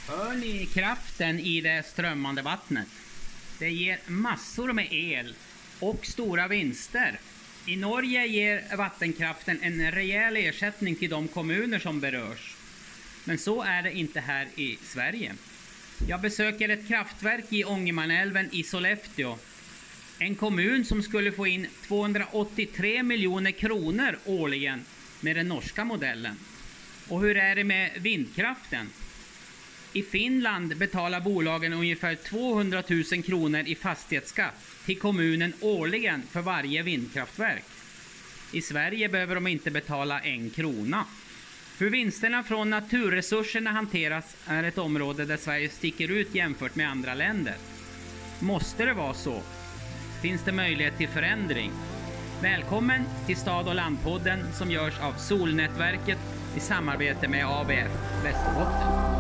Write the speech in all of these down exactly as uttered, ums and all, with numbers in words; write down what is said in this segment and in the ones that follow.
Hör ni kraften i det strömmande vattnet? Det ger massor med el och stora vinster. I Norge ger vattenkraften en rejäl ersättning till de kommuner som berörs. Men så är det inte här i Sverige. Jag besöker ett kraftverk i Ångermanälven i Sollefteå. En kommun som skulle få in tvåhundraåttiotre miljoner kronor årligen med den norska modellen. Och hur är det med vindkraften? I Finland betalar bolagen ungefär tvåhundratusen kronor i fastighetsskatt till kommunen årligen för varje vindkraftverk. I Sverige behöver de inte betala en krona. Hur vinsterna från naturresurserna hanteras är ett område där Sverige sticker ut jämfört med andra länder. Måste det vara så? Finns det möjlighet till förändring? Välkommen till Stad- och landpodden som görs av Solnätverket i samarbete med A B F Västerbotten.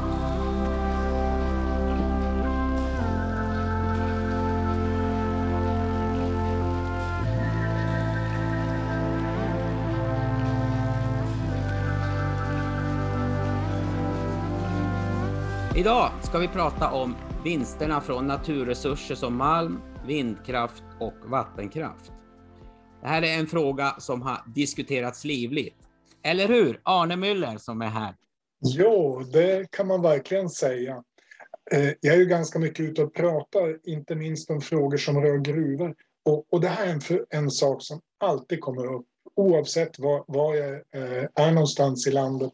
Idag ska vi prata om vinsterna från naturresurser som malm, vindkraft och vattenkraft. Det här är en fråga som har diskuterats livligt. Eller hur? Arne Müller som är här. Jo, det kan man verkligen säga. Jag är ju ganska mycket ute och pratar, inte minst om frågor som rör gruvor. Och, och det här är en, en sak som alltid kommer upp, oavsett var, var jag är någonstans i landet.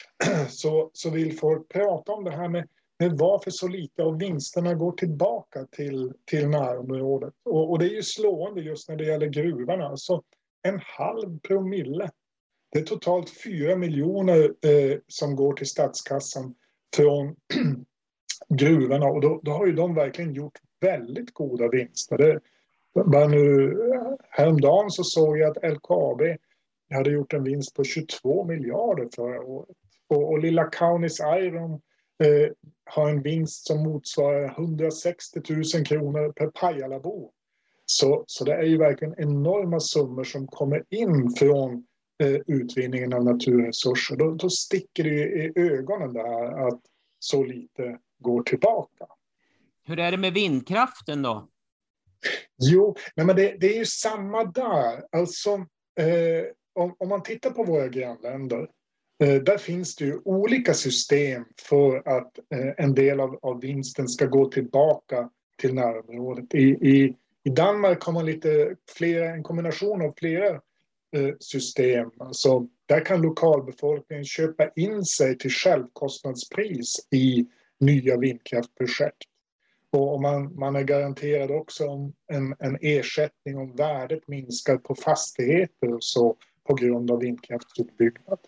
Så, så vill folk prata om det här med, med varför så lite av vinsterna går tillbaka till, till närområdet. Och, och det är ju slående just när det gäller gruvorna. Alltså en halv promille. Det är totalt fyra miljoner eh, som går till statskassan från gruvorna. Och då, då har ju de verkligen gjort väldigt goda vinster. Det, bara nu, häromdagen så såg jag att L K A B hade gjort en vinst på tjugotvå miljarder förra året. Och, och lilla Kaunis Iron eh, har en vinst som motsvarar hundrasextio tusen kronor per Pajalabo. Så, så det är ju verkligen enorma summor som kommer in från eh, utvinningen av naturresurser. Då, då sticker det i ögonen där att så lite går tillbaka. Hur är det med vindkraften då? Jo, nej men det, det är ju samma där. Alltså, eh, om, om man tittar på våra grannländer, eh, där finns det ju olika system för att eh, en del av, av vinsten ska gå tillbaka till närområdet. I, i, i Danmark har man lite flera, en kombination av flera eh, system. Alltså, där kan lokalbefolkningen köpa in sig till självkostnadspris i nya vindkraftprojekt. Och man, man är garanterad också om en, en ersättning om värdet minskar på fastigheter och så på grund av vindkraftsutbyggnad.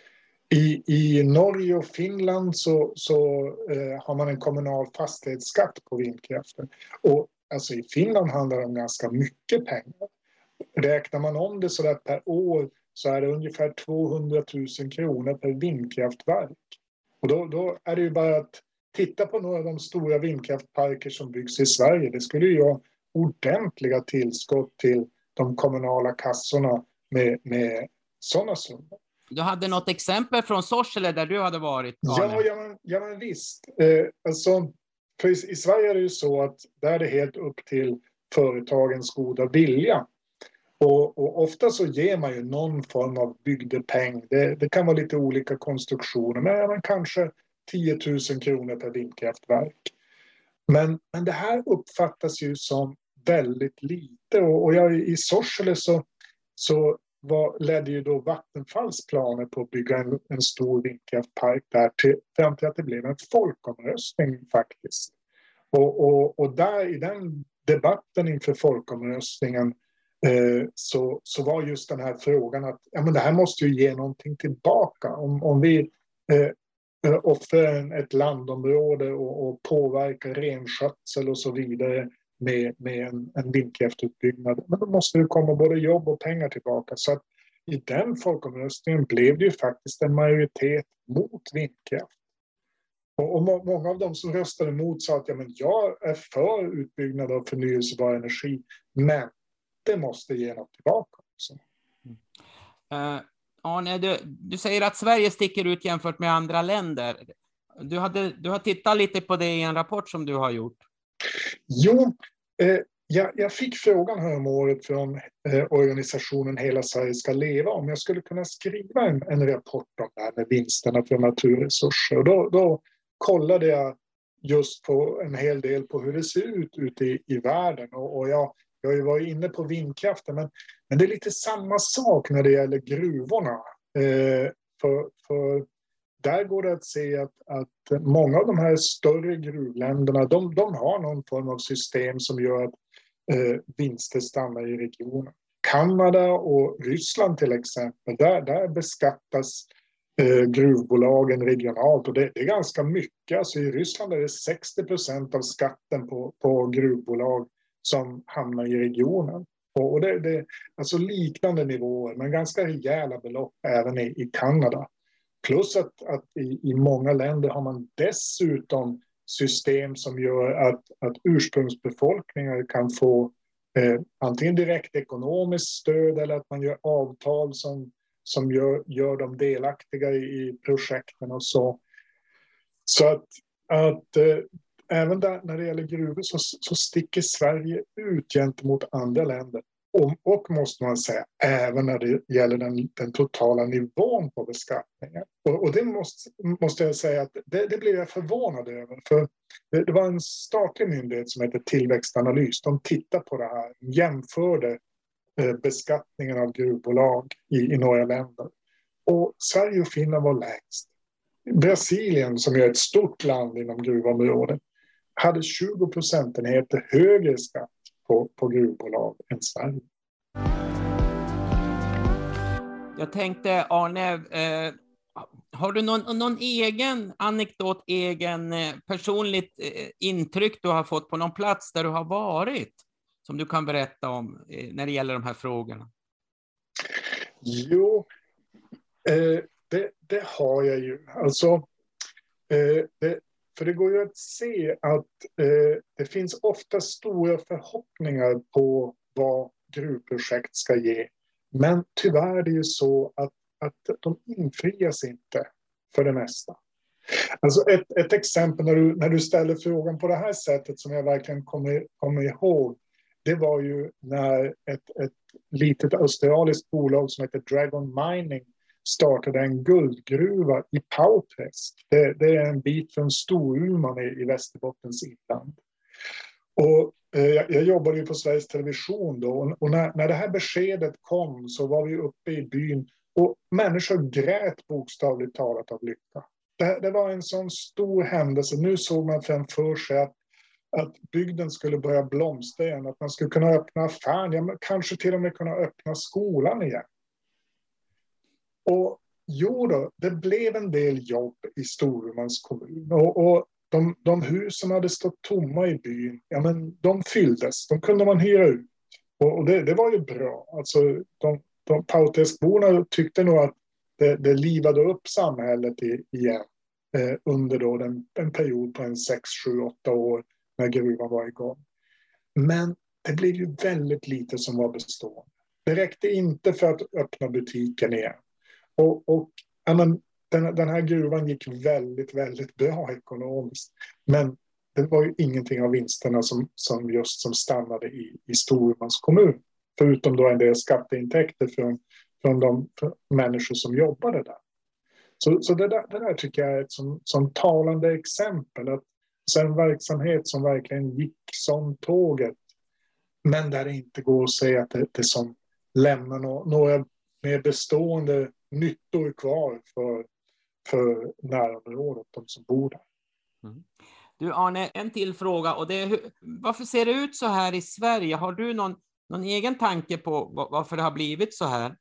I, i Norge och Finland så, så eh, har man en kommunal fastighetsskatt på vindkraften. Och alltså i Finland handlar det om ganska mycket pengar. Räknar man om det så där per år så är det ungefär tvåhundratusen kronor per vindkraftverk. Och då, då är det ju bara att titta på några av de stora vindkraftparker som byggs i Sverige. Det skulle ju ha ordentliga tillskott till de kommunala kassorna med, med sådana summor. Du hade något exempel från Sorsele där du hade varit, Arne? Ja, ja, men, ja men visst. Eh, alltså, för i, i Sverige är det ju så att där är det helt upp till företagens goda vilja. Och, och ofta så ger man ju någon form av bygdepeng. Det, det kan vara lite olika konstruktioner, men, men kanske tio tusen kronor per vindkraftverk. Men, men det här uppfattas ju som väldigt lite. Och, och jag, i Sorsele så, så var, ledde ju då Vattenfalls planer på att bygga en, en stor vindkraftpark där till, fram till att det blev en folkomröstning faktiskt. Och, och, och där i den debatten inför folkomröstningen eh, så, så var just den här frågan att ja, men det här måste ju ge någonting tillbaka. Om, om vi eh, offrar ett landområde och, och påverkar renskötsel och så vidare med, med en, en vindkraftutbyggnad. Men då måste det komma både jobb och pengar tillbaka. Så att i den folkomröstningen blev det ju faktiskt en majoritet mot vindkraft. Och, och må, många av dem som röstade emot sa att ja, men jag är för utbyggnad av förnyelsebar energi, men det måste ge något tillbaka också. Uh, Arne, du, du säger att Sverige sticker ut jämfört med andra länder. Du, hade, du har tittat lite på det i en rapport som du har gjort. Jo, eh, jag, jag fick frågan här om året från eh, organisationen Hela Sverige ska leva om jag skulle kunna skriva en, en rapport om det här med vinsterna för naturresurser. Och då, då kollade jag just på en hel del på hur det ser ut ute i, i världen. Och, och jag, jag har ju varit inne på vindkraften, men, men det är lite samma sak när det gäller gruvorna. Eh, för, för där går det att se att, att många av de här större gruvländerna, de, de har någon form av system som gör att eh, vinster stannar i regionen. Kanada och Ryssland till exempel, där, där beskattas eh, gruvbolagen regionalt och det, det är ganska mycket. Alltså i Ryssland är det sextio procent av skatten på, på gruvbolag som hamnar i regionen. Och det, det alltså liknande nivåer, men ganska rejäla belopp även i, i Kanada. Plus att, att i, i många länder har man dessutom system som gör att, att ursprungsbefolkningar kan få eh, antingen direkt ekonomiskt stöd eller att man gör avtal som, som gör, gör dem delaktiga i, i projekten och så. Så att, att eh, även där, när det gäller gruvor så, så sticker Sverige ut gentemot andra länder. Och, och måste man säga, även när det gäller den, den totala nivån på beskattningen. Och, och det måste, måste jag säga att det, det blev jag förvånad över. För det, det var en statlig myndighet som heter Tillväxtanalys. De tittade på det här, jämförde eh, beskattningen av gruvbolag i, i några länder. Och Sverige och Finland var lägst. Brasilien, som är ett stort land inom gruvområdet, hade tjugo procentenheter högre skatt På, på gruvbolag än Sverige. Jag tänkte, Arne, eh, har du någon, någon egen anekdot, egen eh, personligt eh, intryck du har fått på någon plats där du har varit som du kan berätta om eh, när det gäller de här frågorna? Jo, eh, det, det har jag ju. Alltså, eh, det, För det går ju att se att eh, det finns ofta stora förhoppningar på vad gruvprojekt ska ge. Men tyvärr är det ju så att, att de infrias inte för det mesta. Alltså ett, ett exempel när du, när du ställer frågan på det här sättet som jag verkligen kommer, kommer ihåg. Det var ju när ett, ett litet australiskt bolag som heter Dragon Mining startade en guldgruva i Pauträsk. Det, det är en bit från Storuman i, i Västerbottens inland. Och, eh, jag, jag jobbade ju på Sveriges Television då och, och när, när det här beskedet kom så var vi uppe i byn och människor grät bokstavligt talat av lycka. Det, det var en sån stor händelse. Nu såg man framför sig att, att bygden skulle börja blomstra igen, att man skulle kunna öppna affären, ja, kanske till och med kunna öppna skolan igen. Och jo då, det blev en del jobb i Storumans kommun. Och, och de, de hus som hade stått tomma i byn, ja men de fylldes. De kunde man hyra ut. Och, och det, det var ju bra. Alltså de, de Pauträskborna tyckte nog att det, det livade upp samhället i, igen. Eh, under då den, en period på en sex, sju, åtta år när gruvan var igång. Men det blev ju väldigt lite som var bestående. Det räckte inte för att öppna butiken igen. Och, och amen, den, den här gruvan gick väldigt, väldigt bra ekonomiskt. Men det var ju ingenting av vinsterna som, som just som stannade i, i Storumans kommun. Förutom då en del skatteintäkter från, från de från människor som jobbade där. Så, så det, där, det där tycker jag är ett som, som talande exempel. Att så en verksamhet som verkligen gick som tåget. Men där det inte går att säga att det, det som lämnar no, några mer bestående nyttor kvar för, för närområdet, de som bor där. Mm. Du Arne, en till fråga. Och det är, hur, varför ser det ut så här i Sverige? Har du någon, någon egen tanke på varför det har blivit så här?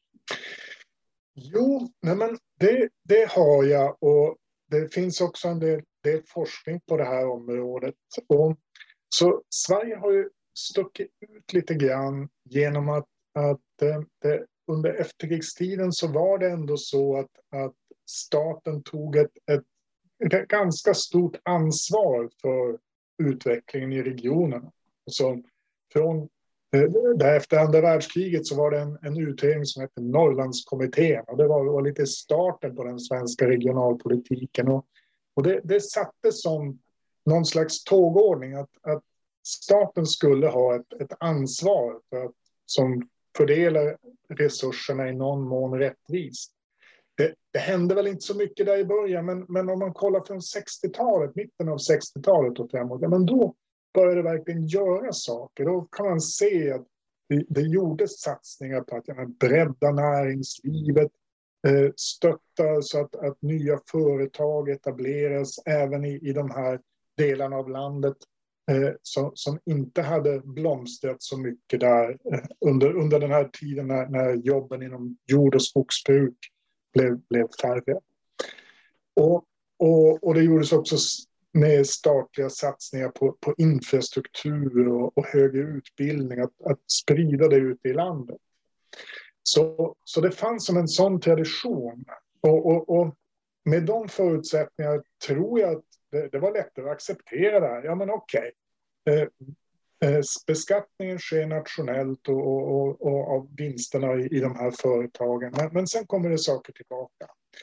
Jo, nej men det, det har jag. Och det finns också en del, del forskning på det här området. Och, så Sverige har ju stuckit ut lite grann genom att, att det, under efterkrigstiden så var det ändå så att, att staten tog ett, ett, ett ganska stort ansvar för utvecklingen i regionen. Så från där efter andra världskriget så var det en, en utredning som hette Norrlandskommittén och det var, var lite starten på den svenska regionalpolitiken. Och, Och det, det sattes som någon slags tågordning att, att staten skulle ha ett, ett ansvar för att, som fördelar resurserna i någon mån rättvist. Det, det hände väl inte så mycket där i början, men, men om man kollar från sextiotalet, mitten av sextiotalet och framåt, ja, men då började det verkligen göra saker. Då kan man se att det, det gjordes satsningar på att ja, bredda näringslivet, eh, stötta så att, att nya företag etableras även i, i de här delarna av landet eh, som, som inte hade blomstrat så mycket där eh, under, under den här tiden när, när jobben inom jord- och skogsbruk blev, blev färre. Och, och, och det gjordes också med statliga satsningar på, på infrastruktur och, och högre utbildning, att, att sprida det ut i landet. Så, så det fanns som en sån tradition. Och, och, och med de förutsättningarna tror jag att det, det var lättare att acceptera det här. Ja, men okej. Eh, eh, beskattningen sker nationellt och, och, och, och av vinsterna i, i de här företagen. Men, men sen kommer det saker tillbaka.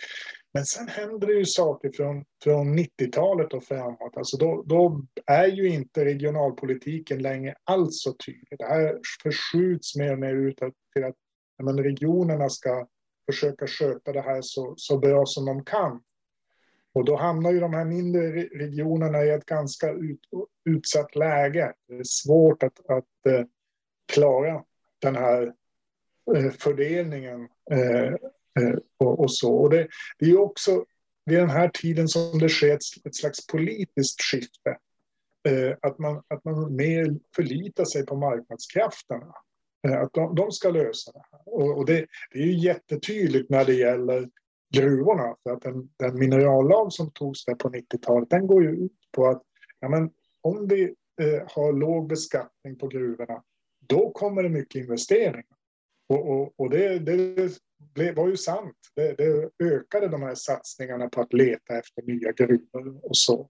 Men sen händer det ju saker från, från nittiotalet och framåt. Alltså då, då är ju inte regionalpolitiken längre alls så tydlig. Det här förskjuts mer och mer ut till att men regionerna ska försöka sköta det här så, så bra som de kan. Och då hamnar ju de här mindre regionerna i ett ganska ut, utsatt läge. Det är svårt att, att eh, klara den här eh, fördelningen eh, eh, och, och så. Och det, det är ju också vid den här tiden som det sker ett, ett slags politiskt skifte. Eh, att, man, att man mer förlitar sig på marknadskrafterna. Eh, att de, de ska lösa det här. Och, och det, det är ju jättetydligt när det gäller gruvorna, för att den, den minerallag som togs där på nittiotalet, den går ju ut på att ja, men, om vi eh, har låg beskattning på gruvorna, då kommer det mycket investeringar. Och, och, och det, det blev, var ju sant. Det, det ökade de här satsningarna på att leta efter nya gruvor och så.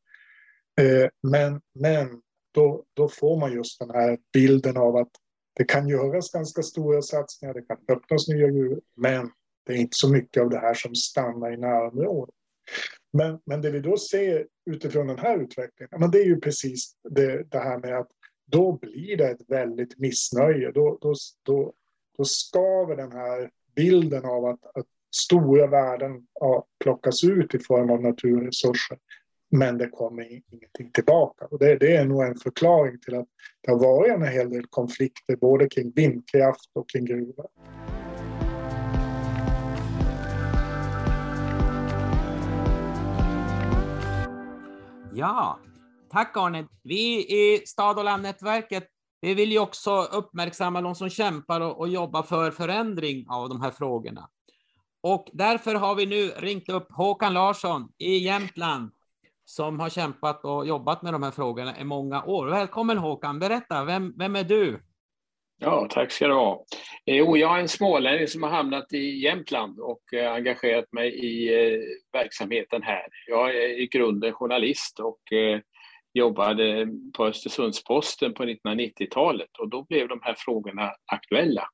Eh, men men då, då får man just den här bilden av att det kan göras ganska stora satsningar, det kan öppnas nya gruvor, men det är inte så mycket av det här som stannar i närområdet. Men, men det vi då ser utifrån den här utvecklingen, men det är ju precis det, det här med att då blir det ett väldigt missnöje. Då, då, då, då skaver den här bilden av att, att stora värden ja, plockas ut i form av naturresurser. Men det kommer ingenting tillbaka. Och det, det är nog en förklaring till att det har varit en hel del konflikter både kring vindkraft och kring gruvor. Ja, tack Arne. Vi i Stad- och landnätverket, vi vill ju också uppmärksamma de som kämpar och, och jobbar för förändring av de här frågorna. Och därför har vi nu ringt upp Håkan Larsson i Jämtland som har kämpat och jobbat med de här frågorna i många år. Välkommen Håkan, berätta, vem, vem är du? Ja, tack ska du ha. Jo, jag är en smålänning som har hamnat i Jämtland och eh, engagerat mig i eh, verksamheten här. Jag är i grunden journalist och eh, jobbade på Östersunds-Posten på nittonhundranittiotalet och då blev de här frågorna aktuella.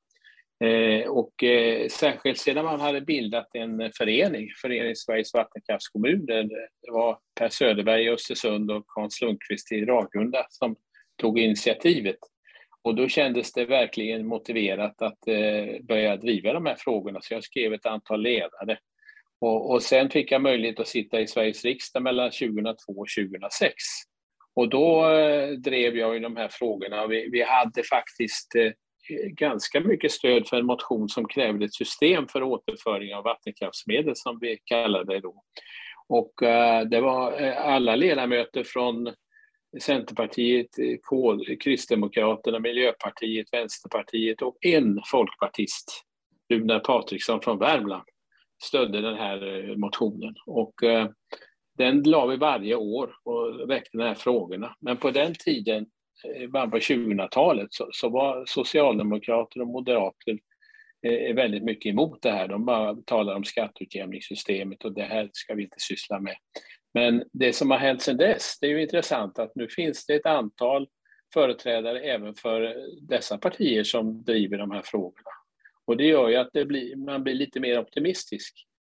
Eh, och eh, särskilt sedan man hade bildat en förening, Förening Sveriges vattenkraftskommuner, det var Per Söderberg i Östersund och Hans Lundqvist i Ragunda som tog initiativet. Och då kändes det verkligen motiverat att eh, börja driva de här frågorna, så jag skrev ett antal ledare. Och, och sen fick jag möjlighet att sitta i Sveriges riksdag mellan tjugohundratvå och tjugohundrasex. Och då eh, drev jag i de här frågorna. Vi, vi hade faktiskt eh, ganska mycket stöd för en motion som krävde ett system för återföring av vattenkraftsmedel som vi kallade det då. Och eh, det var eh, alla ledamöter från Centerpartiet, K, Kristdemokraterna, Miljöpartiet, Vänsterpartiet och en folkpartist, Runar Patriksson från Värmland, stödde den här motionen. Och eh, den la vi varje år och väckte de här frågorna. Men på den tiden, i början på tjugohundratalet, så, så var socialdemokrater och moderater eh, väldigt mycket emot det här. De bara talade om skatteutjämningssystemet och det här ska vi inte syssla med. Men det som har hänt sedan dess, det är ju intressant att nu finns det ett antal företrädare även för dessa partier som driver de här frågorna. Och det gör ju att det blir, man blir lite mer optimistisk.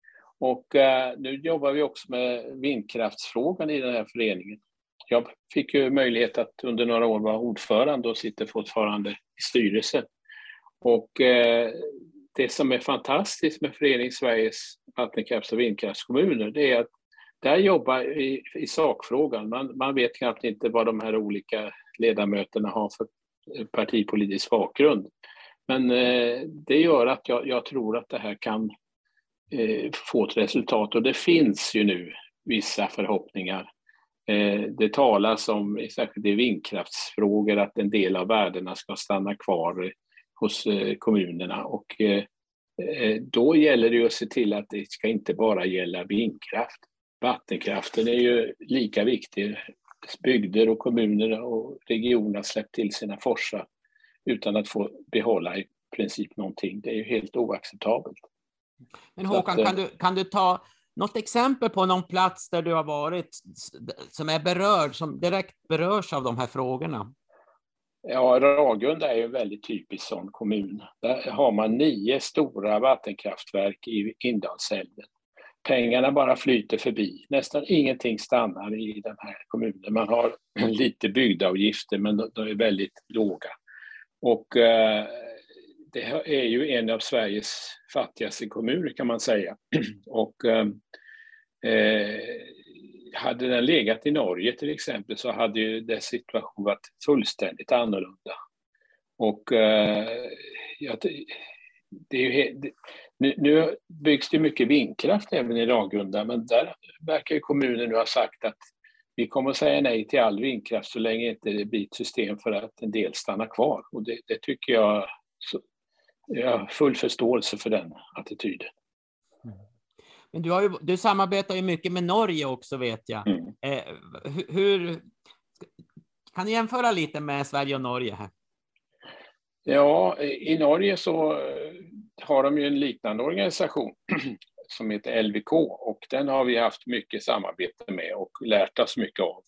Och eh, nu jobbar vi också med vindkraftsfrågan i den här föreningen. Jag fick ju möjlighet att under några år vara ordförande och sitter fortfarande i styrelsen. Och eh, det som är fantastiskt med Förening Sveriges vattenkrafts- och vindkraftskommuner, det är att där jobbar i, i sakfrågan. Man, man vet knappt inte vad de här olika ledamöterna har för partipolitisk bakgrund. Men eh, det gör att jag, jag tror att det här kan eh, få ett resultat. Och det finns ju nu vissa förhoppningar. Eh, det talas om, särskilt i vindkraftsfrågor, att en del av värdena ska stanna kvar hos eh, kommunerna. Och eh, då gäller det ju att se till att det ska inte bara gälla vindkraft. Vattenkraften är ju lika viktig. Bygder och kommuner och regioner släppt till sina forsar utan att få behålla i princip någonting. Det är ju helt oacceptabelt. Men Håkan, att, kan, du, kan du ta något exempel på någon plats där du har varit som är berörd, som direkt berörs av de här frågorna? Ja, Ragunda är ju en väldigt typisk sån kommun. Där har man nio stora vattenkraftverk i Indalsälven. Pengarna bara flyter förbi. Nästan ingenting stannar i den här kommunen. Man har lite byggavgifter, men de är väldigt låga. Och eh, det är ju en av Sveriges fattigaste kommuner, kan man säga. Och eh, hade den legat i Norge till exempel, så hade ju dess situation varit fullständigt annorlunda. Och eh, ja, det, det är ju, det, nu, nu byggs det mycket vindkraft även i Ragunda, men där verkar ju kommunen nu ha sagt att vi kommer att säga nej till all vindkraft så länge inte det blir ett system för att en del stannar kvar. Och det, det tycker jag, så, jag har full förståelse för den attityden. Mm. Men du, har ju, du samarbetar ju mycket med Norge också, vet jag. Mm. Eh, hur, kan du jämföra lite med Sverige och Norge här? Ja, i Norge så har de ju en liknande organisation som heter L V K, och den har vi haft mycket samarbete med och lärt oss mycket av.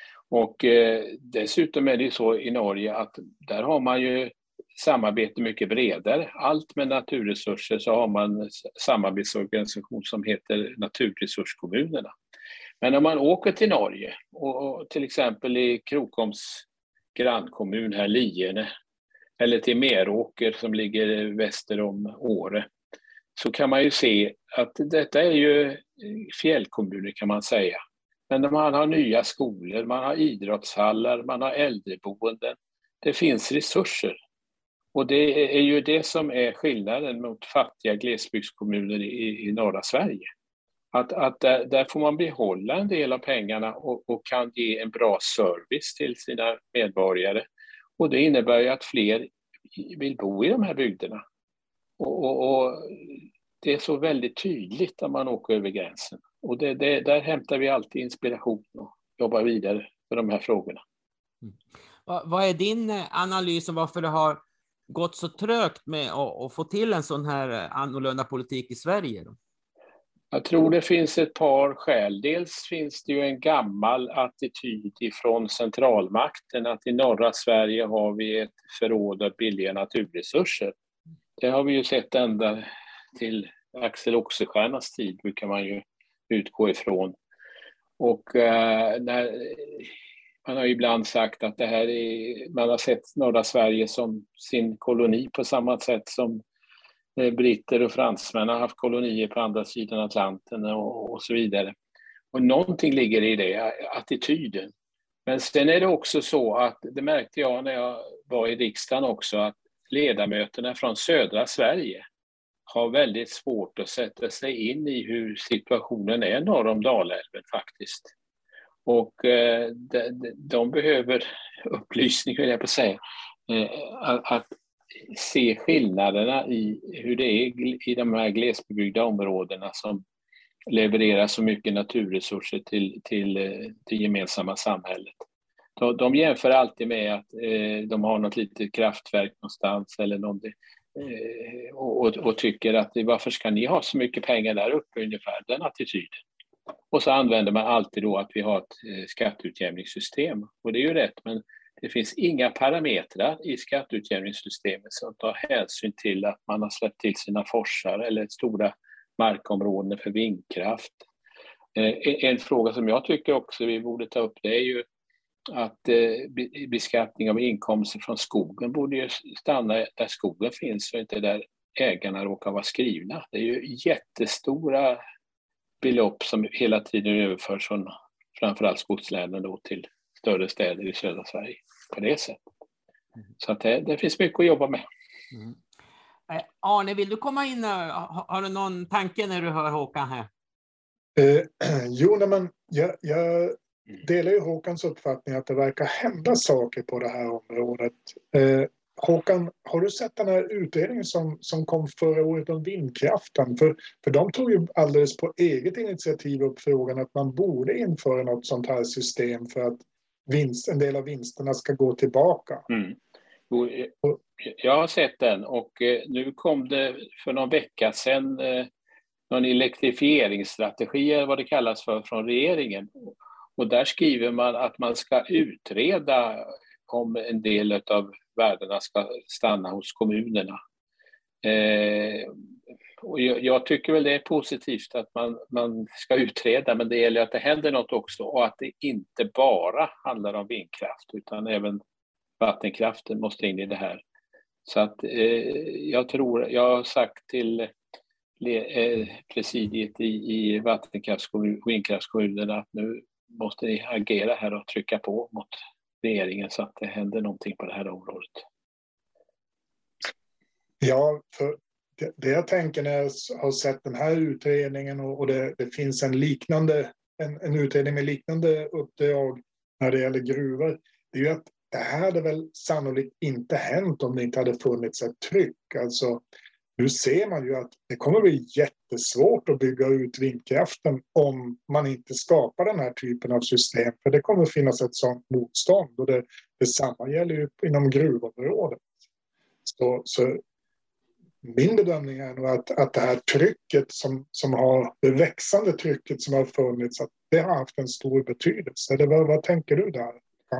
Och eh, dessutom är det så i Norge att där har man ju samarbete mycket bredare. Allt med naturresurser så har man en samarbetsorganisation som heter Naturresurskommunerna. Men om man åker till Norge och, och till exempel i Krokoms grannkommun här, Lierne, eller till Meråker som ligger väster om Åre, så kan man ju se att detta är ju fjällkommuner, kan man säga. Men man har nya skolor, man har idrottshallar, man har äldreboenden. Det finns resurser. Och det är ju det som är skillnaden mot fattiga glesbygdskommuner i, i norra Sverige. Att, att där, där får man behålla en del av pengarna och, och kan ge en bra service till sina medborgare. Och det innebär ju att fler vill bo i de här bygderna. Och, och, och det är så väldigt tydligt när man åker över gränsen. Och det, det, där hämtar vi alltid inspiration och jobbar vidare för de här frågorna. Mm. Vad, vad är din analys om varför det har gått så trögt med att, att få till en sån här annorlunda politik i Sverige då? Jag tror det finns ett par skäl. Dels finns det ju en gammal attityd ifrån centralmakten att i norra Sverige har vi ett förråd av billiga naturresurser. Det har vi ju sett ända till Axel Oxenstiernas tid, brukar man ju utgå ifrån. Och eh, när, man har ibland sagt att det här är, man har sett norra Sverige som sin koloni på samma sätt som britter och fransmän har haft kolonier på andra sidan Atlanten och, och så vidare. Och någonting ligger i det, attityden. Men sen är det också så att, det märkte jag när jag var i riksdagen också, att ledamöterna från södra Sverige har väldigt svårt att sätta sig in i hur situationen är norr om Dalälven faktiskt. Och eh, de, de behöver upplysning, vill jag på säga, eh, att, att se skillnaderna i hur det är i de här glesbebyggda områdena som levererar så mycket naturresurser till, till det gemensamma samhället. De, de jämför alltid med att eh, de har något litet kraftverk någonstans eller någonting, eh, och, och, och tycker att varför ska ni ha så mycket pengar där uppe, ungefär den attityden. Och så använder man alltid då att vi har ett eh, skatteutjämningssystem, och det är ju rätt, men det finns inga parametrar i skatteutjämningssystemet som tar hänsyn till att man har släppt till sina forsar eller stora markområden för vindkraft. En fråga som jag tycker också vi borde ta upp, det är ju att beskattning av inkomster från skogen borde ju stanna där skogen finns och inte där ägarna råkar vara skrivna. Det är ju jättestora belopp som hela tiden överförs från framförallt skogslänen då till större städer i södra Sverige på det sättet. Så att det, det finns mycket att jobba med. Mm. Eh, Arne, vill du komma in? Har, har du någon tanke när du hör Håkan här? Eh, jo, men jag, jag delar ju Håkans uppfattning att det verkar hända saker på det här området. Eh, Håkan, har du sett den här utredningen som, som kom förra året om vindkraften? För, för de tog ju alldeles på eget initiativ upp frågan att man borde införa något sånt här system för att vinst, en del av vinsterna ska gå tillbaka. Mm. Jag har sett den och nu kom det för någon vecka sedan någon elektrifieringsstrategi eller vad det kallas för från regeringen. Och där skriver man att man ska utreda om en del av värdena ska stanna hos kommunerna. Eh, och jag, jag tycker väl det är positivt att man, man ska utreda, men det gäller att det händer något också och att det inte bara handlar om vindkraft utan även vattenkraften måste in i det här. Så att eh, jag tror, jag har sagt till eh, presidiet i, i vattenkraftskommun, vindkraftskommunerna att nu måste ni agera här och trycka på mot regeringen så att det händer någonting på det här området. Ja, för det, det jag tänker när jag har sett den här utredningen och, och det, det finns en liknande en, en utredning med liknande uppdrag när det gäller gruvor, det är ju att det här hade väl sannolikt inte hänt om det inte hade funnits ett tryck. Alltså, nu ser man ju att det kommer bli jättesvårt att bygga ut vindkraften om man inte skapar den här typen av system. För det kommer finnas ett sådant motstånd och det, det samma gäller ju inom gruvområdet. Så, så min bedömning är nog att, att det här trycket som, som har, det växande trycket som har funnits, att det har haft en stor betydelse. Det var, vad tänker du där?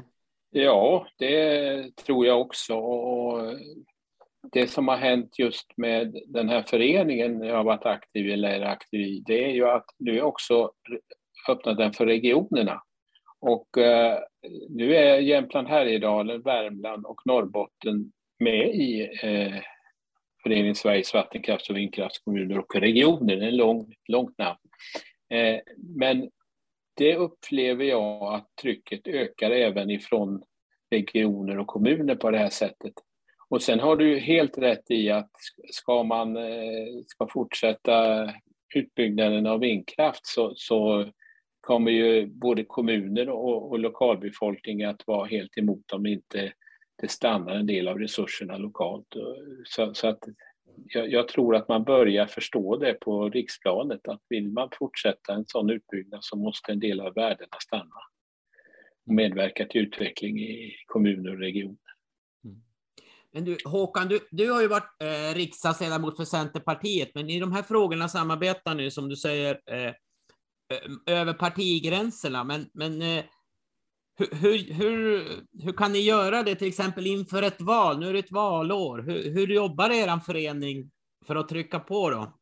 Ja, det tror jag också. Och det som har hänt just med den här föreningen jag har varit aktiv eller är aktiv i, det är ju att nu också öppnat den för regionerna. Och eh, nu är Jämtland, Härjedalen, Värmland och Norrbotten med i eh, föreningen Sveriges vattenkrafts- och vindkraftskommuner och regioner. Det är en lång, långt namn. Eh, men det upplever jag att trycket ökar även ifrån regioner och kommuner på det här sättet. Och sen har du helt rätt i att ska man ska fortsätta utbyggnaden av vindkraft så, så kommer ju både kommuner och, och lokalbefolkning att vara helt emot om inte det stannar en del av resurserna lokalt. Så, så att jag, jag tror att man börjar förstå det på riksplanet att vill man fortsätta en sån utbyggnad så måste en del av värdena stanna och medverka till utveckling i kommuner och regioner. Mm. Men du, Håkan, du, du har ju varit eh, riksdagsledamot för Centerpartiet, men i de här frågorna samarbetar nu, som du säger, eh, över partigränserna. Men, men eh, hur, hur, hur kan ni göra det till exempel inför ett val? Nu är det ett valår. Hur, hur jobbar er förening för att trycka på då?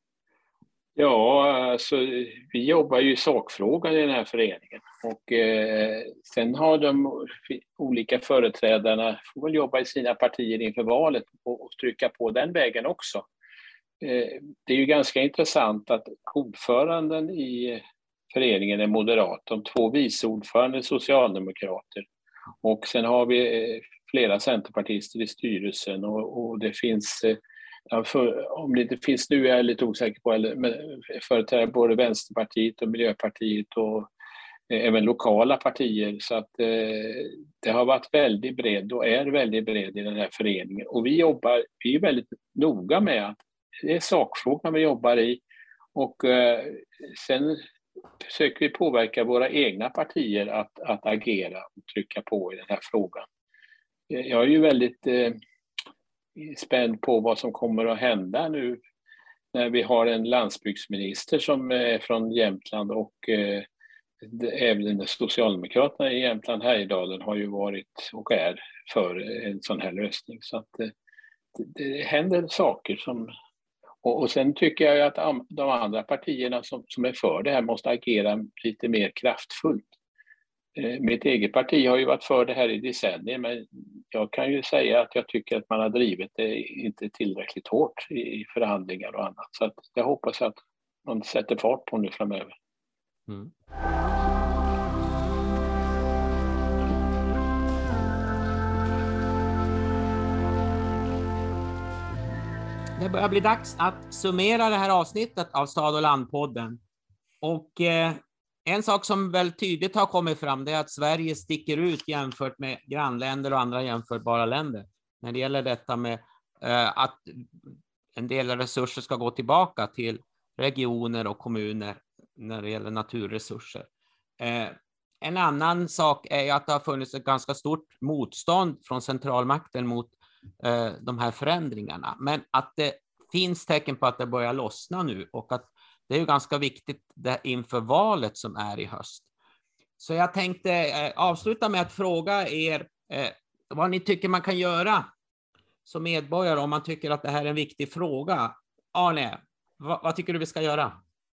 Ja, alltså, vi jobbar ju i sakfrågan i den här föreningen. Och eh, sen har de olika företrädarna får väl jobba i sina partier inför valet och, och trycka på den vägen också. Eh, det är ju ganska intressant att ordföranden i föreningen är moderat, de två vice ordförande är socialdemokrater och sen har vi eh, flera centerpartister i styrelsen och, och det finns eh, ja, för, om det inte finns nu är jag lite osäker på, eller, men företräder både Vänsterpartiet och Miljöpartiet och eh, även lokala partier, så att eh, det har varit väldigt bred och är väldigt bred i den här föreningen och vi jobbar, vi är väldigt noga med att det är sakfrågan vi jobbar i och eh, sen försöker vi påverka våra egna partier att, att agera och trycka på i den här frågan. Jag är ju väldigt eh, spänd på vad som kommer att hända nu när vi har en landsbygdsminister som är från Jämtland och eh, även Socialdemokraterna i Jämtland, Härjedalen har ju varit och är för en sån här lösning. Så att eh, det, det händer saker som, Och, och sen tycker jag att de andra partierna som, som är för det här måste agera lite mer kraftfullt. Eh, mitt eget parti har ju varit för det här i decennier, men jag kan ju säga att jag tycker att man har drivit det inte tillräckligt hårt i, i förhandlingar och annat. Så att jag hoppas att man sätter fart på nu framöver. Mm. Det börjar bli dags att summera det här avsnittet av Stad- och landpodden. Och eh, en sak som väl tydligt har kommit fram, det är att Sverige sticker ut jämfört med grannländer och andra jämförbara länder. När det gäller detta med eh, att en del resurser ska gå tillbaka till regioner och kommuner när det gäller naturresurser. Eh, en annan sak är att det har funnits ett ganska stort motstånd från centralmakten mot eh, de här förändringarna. Men att det finns tecken på att det börjar lossna nu och att det är ju ganska viktigt det inför valet som är i höst. Så jag tänkte eh, avsluta med att fråga er eh, vad ni tycker man kan göra som medborgare om man tycker att det här är en viktig fråga. Arne, vad, vad tycker du vi ska göra?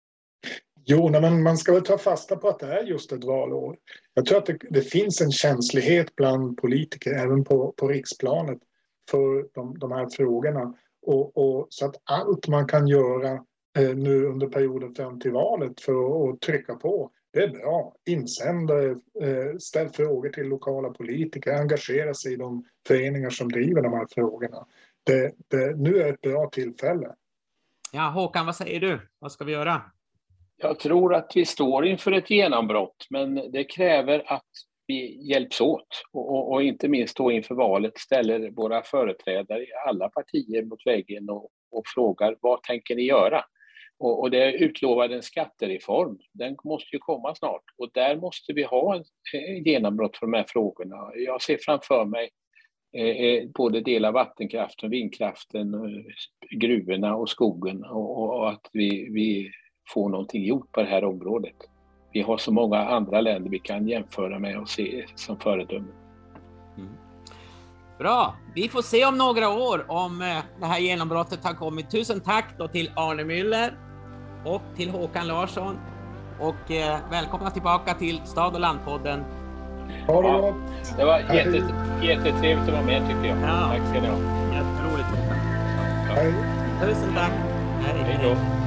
Jo, nej, men man ska väl ta fasta på att det är just ett valår. Jag tror att det, det finns en känslighet bland politiker, även på, på riksplanet, för de, de här frågorna. Och, och, så att allt man kan göra eh, nu under perioden fram till valet för att trycka på, det är bra. Insändare, eh, ställ frågor till lokala politiker, engagera sig i de föreningar som driver de här frågorna. Det, det, nu är ett bra tillfälle. Ja, Håkan, vad säger du? Vad ska vi göra? Jag tror att vi står inför ett genombrott, men det kräver att vi hjälps åt och, och, och inte minst då inför valet ställer våra företrädare i alla partier mot väggen och, och frågar vad tänker ni göra? Och, och det utlovar en skattereform, den måste ju komma snart och där måste vi ha en, en genombrott för de här frågorna. Jag ser framför mig eh, både del av vattenkraften, vindkraften, gruvorna och skogen och, och att vi, vi få någonting gjort på det här området. Vi har så många andra länder vi kan jämföra med och se som föredöme. Mm. Bra, vi får se om några år om eh, det här genombrottet har kommit. Tusen tack då till Arne Müller och till Håkan Larsson och eh, välkomna tillbaka till Stad- och landpodden. Ha det ja, gott. Det var jätte, jättetrevligt att vara med tycker jag. Ja. Tack ska ni ha. Jätteroligt. Hej. Tusen tack. Hej, hej då.